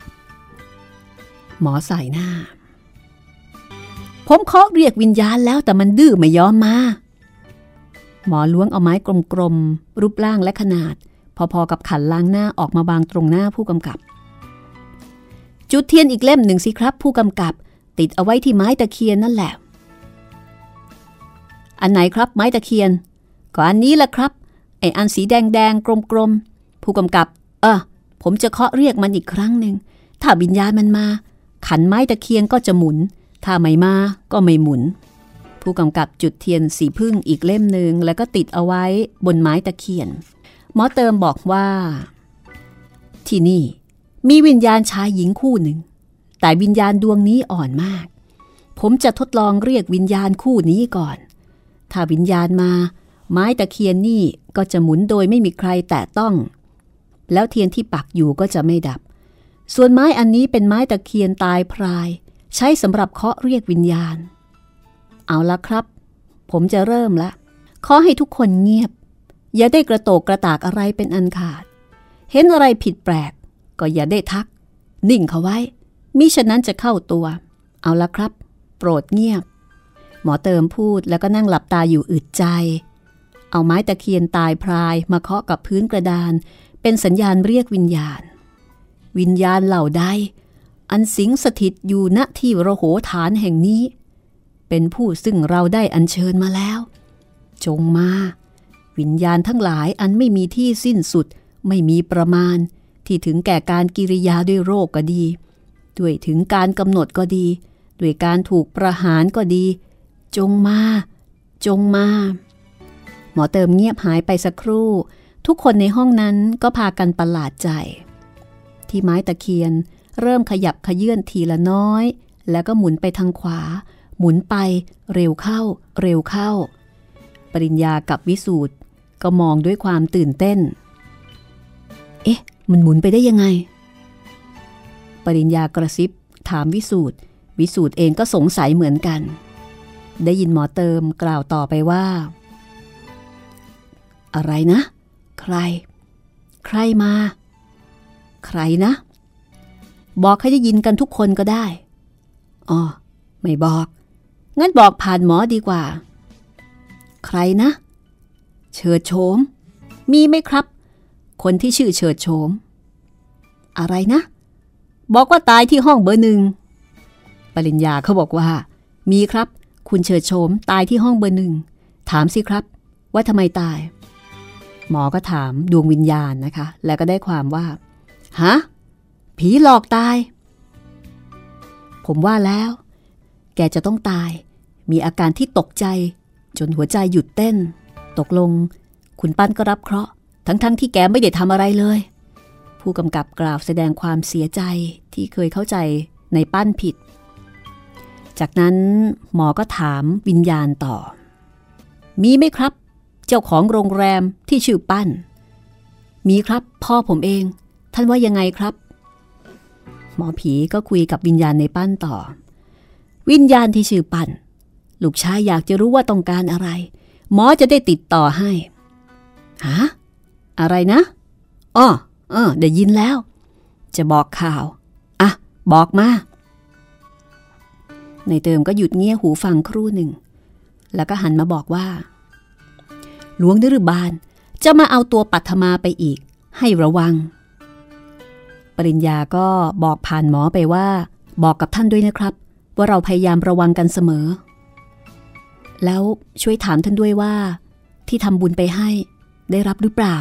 หมอใส่หน้าผมเคาะเรียกวิญญาณแล้วแต่มันดื้อไม่ยอมมาหมอล้วงเอาไม้กลมๆรูปร่างและขนาดพอๆกับขันล้างหน้าออกมาวางตรงหน้าผู้กำกับจุดเทียนอีกเล่มหนึ่งสิครับผู้กำกับติดเอาไว้ที่ไม้ตะเคียนนั่นแหละอันไหนครับไม้ตะเคียนก็อันนี้แหละครับไอ้อันสีแดงๆกลมๆผู้กำกับเออผมจะเคาะเรียกมันอีกครั้งหนึ่งถ้าวิญญาณมันมาขันไม้ตะเคียนก็จะหมุนถ้าไม่มาก็ไม่หมุนผู้กำกับจุดเทียนสีพึ่งอีกเล่มหนึ่งแล้วก็ติดเอาไว้บนไม้ตะเคียนหมอเติมบอกว่าที่นี่มีวิญญาณชายหญิงคู่หนึ่งแต่วิญญาณดวงนี้อ่อนมากผมจะทดลองเรียกวิญญาณคู่นี้ก่อนถ้าวิญญาณมาไม้ตะเคียนนี่ก็จะหมุนโดยไม่มีใครแตะต้องแล้วเทียนที่ปักอยู่ก็จะไม่ดับส่วนไม้อันนี้เป็นไม้ตะเคียนตายพรายใช้สำหรับเคาะเรียกวิญญาณเอาละครับผมจะเริ่มละขอให้ทุกคนเงียบอย่าได้กระโตกกระตากอะไรเป็นอันขาดเห็นอะไรผิดแปลกก็อย่าได้ทักนิ่งเขาไว้มิฉะนั้นจะเข้าตัวเอาละครับโปรดเงียบหมอเติมพูดแล้วก็นั่งหลับตาอยู่อึดใจเอาไม้ตะเคียนตายพรายมาเคาะกับพื้นกระดานเป็นสัญญาณเรียกวิญญาณวิญญาณเหล่าใดอันสิงสถิตอยู่ณที่ระโหฐานแห่งนี้เป็นผู้ซึ่งเราได้อัญเชิญมาแล้วจงมาวิญญาณทั้งหลายอันไม่มีที่สิ้นสุดไม่มีประมาณที่ถึงแก่การกิริยาด้วยโรคก็ดีด้วยถึงการกำหนดก็ดีด้วยการถูกประหารก็ดีจงมาจงมาหมอเติมเงียบหายไปสักครู่ทุกคนในห้องนั้นก็พากันประหลาดใจที่ไม้ตะเคียนเริ่มขยับขยื่นทีละน้อยแล้วก็หมุนไปทางขวาหมุนไปเร็วเข้าเร็วเข้าปริญญากับวิสูตรก็มองด้วยความตื่นเต้นเอ๊ะมันหมุนไปได้ยังไงปริญญากระซิบถามวิสูตรวิสูตรเองก็สงสัยเหมือนกันได้ยินหมอเติมกล่าวต่อไปว่าอะไรนะใครใครมาใครนะบอกให้ได้ยินกันทุกคนก็ได้อ๋อไม่บอกงั้นบอกผ่านหมอดีกว่าใครนะเฉิดโฉมมีไหมครับคนที่ชื่อเฉิดโฉมอะไรนะบอกว่าตายที่ห้องเบอร์หนึ่งปริญญาเขาบอกว่ามีครับคุณเฉิดโฉมตายที่ห้องเบอร์หนึ่งถามสิครับว่าทำไมตายหมอก็ถามดวงวิญญาณนะคะแล้วก็ได้ความว่าฮะผีหลอกตายผมว่าแล้วแกจะต้องตายมีอาการที่ตกใจจนหัวใจหยุดเต้นตกลงคุณปั้นก็รับเคราะห์ทั้งๆ ท, ที่แกไม่ได้ทำอะไรเลยผู้กำกับกล่าวแสดงความเสียใจที่เคยเข้าใจในปั้นผิดจากนั้นหมอก็ถามวิญญาณต่อมีไหมครับเจ้าของโรงแรมที่ชื่อปั้นมีครับพ่อผมเองท่านว่ายังไงครับหมอผีก็คุยกับวิญญาณในปั้นต่อวิญญาณที่ชื่อปั้นลูกชายอยากจะรู้ว่าต้องการอะไรหมอจะได้ติดต่อให้ฮะอะไรนะอ้อเออได้ยินแล้วจะบอกข่าวอ่ะบอกมาในเติมก็หยุดเงี่ยหูฟังครู่หนึ่งแล้วก็หันมาบอกว่าหลวงนฤบาลจะมาเอาตัวปัทมาไปอีกให้ระวังปริญญาก็บอกผ่านหมอไปว่าบอกกับท่านด้วยนะครับว่าเราพยายามระวังกันเสมอแล้วช่วยถามท่านด้วยว่าที่ทำบุญไปให้ได้รับหรือเปล่า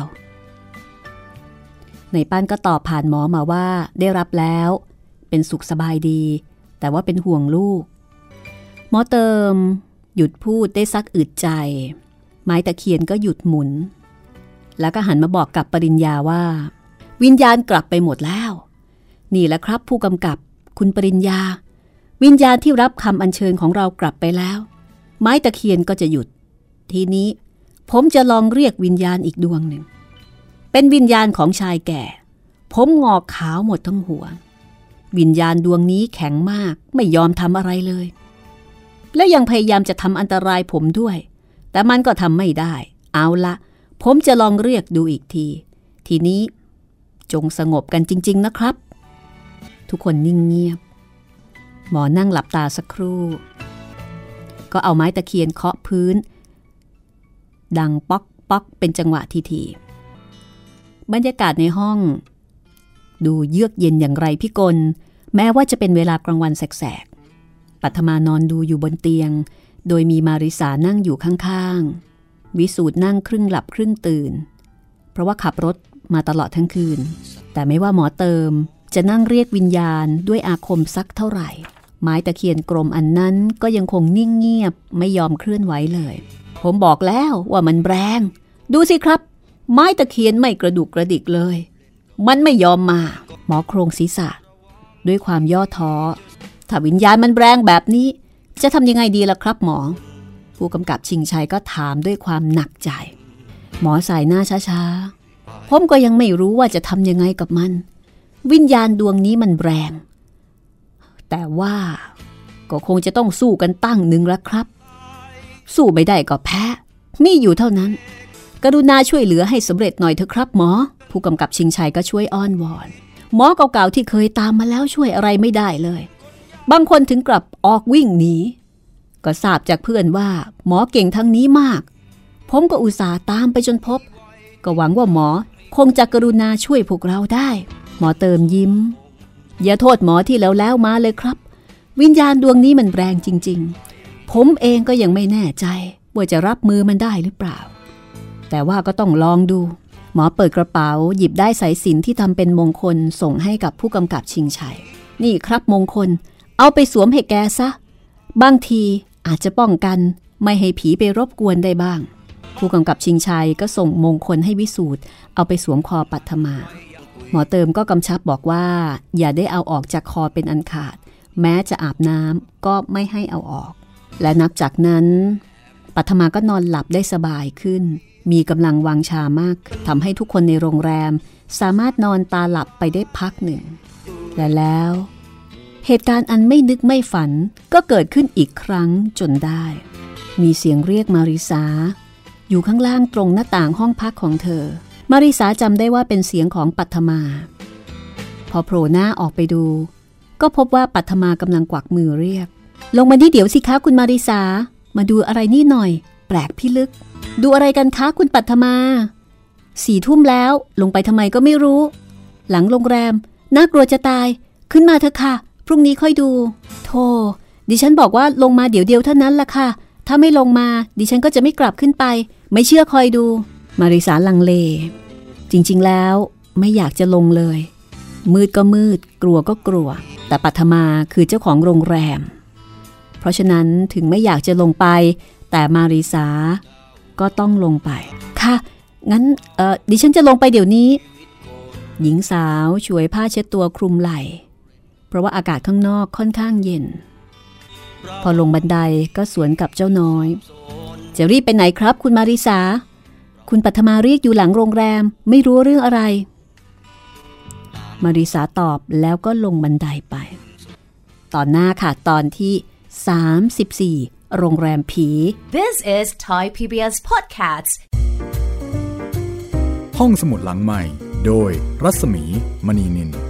ในปั้นก็ตอบผ่านหมอมาว่าได้รับแล้วเป็นสุขสบายดีแต่ว่าเป็นห่วงลูกหมอเติมหยุดพูดได้สักอึดใจไม้ตะเคียนก็หยุดหมุนแล้วก็หันมาบอกกับปริญญาว่าวิญญาณกลับไปหมดแล้วนี่แหละครับผู้กำกับคุณปริญญาวิญญาณที่รับคำอัญเชิญของเรากลับไปแล้วไม้ตะเคียนก็จะหยุดทีนี้ผมจะลองเรียกวิญญาณอีกดวงหนึ่งเป็นวิญญาณของชายแก่ผมงอกขาวหมดทั้งหัววิญญาณดวงนี้แข็งมากไม่ยอมทำอะไรเลยและยังพยายามจะทำอันตรายผมด้วยแต่มันก็ทำไม่ได้เอาละผมจะลองเรียกดูอีกทีทีนี้จงสงบกันจริงๆนะครับทุกคนนิ่งเงียบหมอนั่งหลับตาสักครู่ก็เอาไม้ตะเคียนเคาะพื้นดังป๊อกป๊อกเป็นจังหวะทีๆบรรยากาศในห้องดูเยือกเย็นอย่างไรพิกลแม้ว่าจะเป็นเวลากลางวันแสกๆปัทมานอนดูอยู่บนเตียงโดยมีมาริสานั่งอยู่ข้างๆวิสูตรนั่งครึ่งหลับครึ่งตื่นเพราะว่าขับรถมาตลอดทั้งคืนแต่ไม่ว่าหมอเติมจะนั่งเรียกวิญญาณด้วยอาคมสักเท่าไหร่ไม้ตะเคียนกลมอันนั้นก็ยังคงนิ่งเงียบไม่ยอมเคลื่อนไหวเลยผมบอกแล้วว่ามันแรงดูสิครับไม้ตะเคียนไม่กระดุกกระดิกเลยมันไม่ยอมมาหมอโครงศีรษะด้วยความย่อท้อถ้าวิญญาณมันแรงแบบนี้จะทำยังไงดีล่ะครับหมอผู้กำกับชิงชัยก็ถามด้วยความหนักใจหมอสายหน้าช้าๆผมก็ยังไม่รู้ว่าจะทำยังไงกับมันวิญญาณดวงนี้มันแรงแต่ว่าก็คงจะต้องสู้กันตั้งหนึ่งละครับสู้ไม่ได้ก็แพ้มีอยู่เท่านั้นกรุณาช่วยเหลือให้สำเร็จหน่อยเถอะครับหมอผู้กำกับชิงชัยก็ช่วยอ้อนวอนหมอเก่าๆที่เคยตามมาแล้วช่วยอะไรไม่ได้เลยบางคนถึงกลับออกวิ่งหนีก็ทราบจากเพื่อนว่าหมอเก่งทั้งนี้มากผมก็อุตส่าห์ตามไปจนพบก็หวังว่าหมอคงจะกรุณาช่วยพวกเราได้หมอเติมยิ้มอย่าโทษหมอที่แล้วแล้วมาเลยครับวิญญาณดวงนี้มันแรงจริงๆผมเองก็ยังไม่แน่ใจว่าจะรับมือมันได้หรือเปล่าแต่ว่าก็ต้องลองดูหมอเปิดกระเป๋าหยิบได้สายสิญจน์ที่ทำเป็นมงคลส่งให้กับผู้กำกับชิงชัยนี่ครับมงคลเอาไปสวมให้แกซะบางทีอาจจะป้องกันไม่ให้ผีไปรบกวนได้บ้างผู้กำกับชิงชัยก็ส่งมงคลให้วิสูตรเอาไปสวมคอปัทมาหมอเติมก็กำชับบอกว่าอย่าได้เอาออกจากคอเป็นอันขาดแม้จะอาบน้ำก็ไม่ให้เอาออกและนับจากนั้นปัทมาก็นอนหลับได้สบายขึ้นมีกำลังวังชามากทำให้ทุกคนในโรงแรมสามารถนอนตาหลับไปได้พักหนึ่งและแล้วเหตุการณ์อันไม่นึกไม่ฝันก็เกิดขึ้นอีกครั้งจนได้มีเสียงเรียกมาริสาอยู่ข้างล่างตรงหน้าต่างห้องพักของเธอมาริสาจำได้ว่าเป็นเสียงของปัทมาพอโผล่หน้าออกไปดูก็พบว่าปัทมากำลังกวักมือเรียกลงมานี่เดี๋ยวสิคะคุณมาริสามาดูอะไรนี่หน่อยแปลกพิลึกดูอะไรกันคะคุณปัทมาสี่ทุ่มแล้วลงไปทำไมก็ไม่รู้หลังโรงแรมน่ากลัวจะตายขึ้นมาเถอะค่ะพรุ่งนี้ค่อยดูโธ่ดิฉันบอกว่าลงมาเดี๋ยวเดียวเท่านั้นล่ะค่ะถ้าไม่ลงมาดิฉันก็จะไม่กลับขึ้นไปไม่เชื่อคอยดูมาริสาลังเลจริงๆแล้วไม่อยากจะลงเลยมืดก็มืดกลัวก็กลัวแต่ปัทมาคือเจ้าของโรงแรมเพราะฉะนั้นถึงไม่อยากจะลงไปแต่มาริสาก็ต้องลงไปค่ะงั้นเอ่อดิฉันจะลงไปเดี๋ยวนี้หญิงสาวช่วยผ้าเช็ดตัวคลุมไหล่เพราะว่าอากาศข้างนอกค่อนข้างเย็นพอลงบันไดก็สวนกับเจ้าน้อยจะรีบไปไหนครับคุณมาริสาคุณปัทมาเรียกอยู่หลังโรงแรมไม่รู้เรื่องอะไรมาริสาตอบแล้วก็ลงบันไดไปตอนหน้าค่ะตอนที่สามสิบสี่โรงแรมผี This is Thai พี บี เอส Podcast ห้องสมุดหลังใหม่โดยรัศมีมณีนิน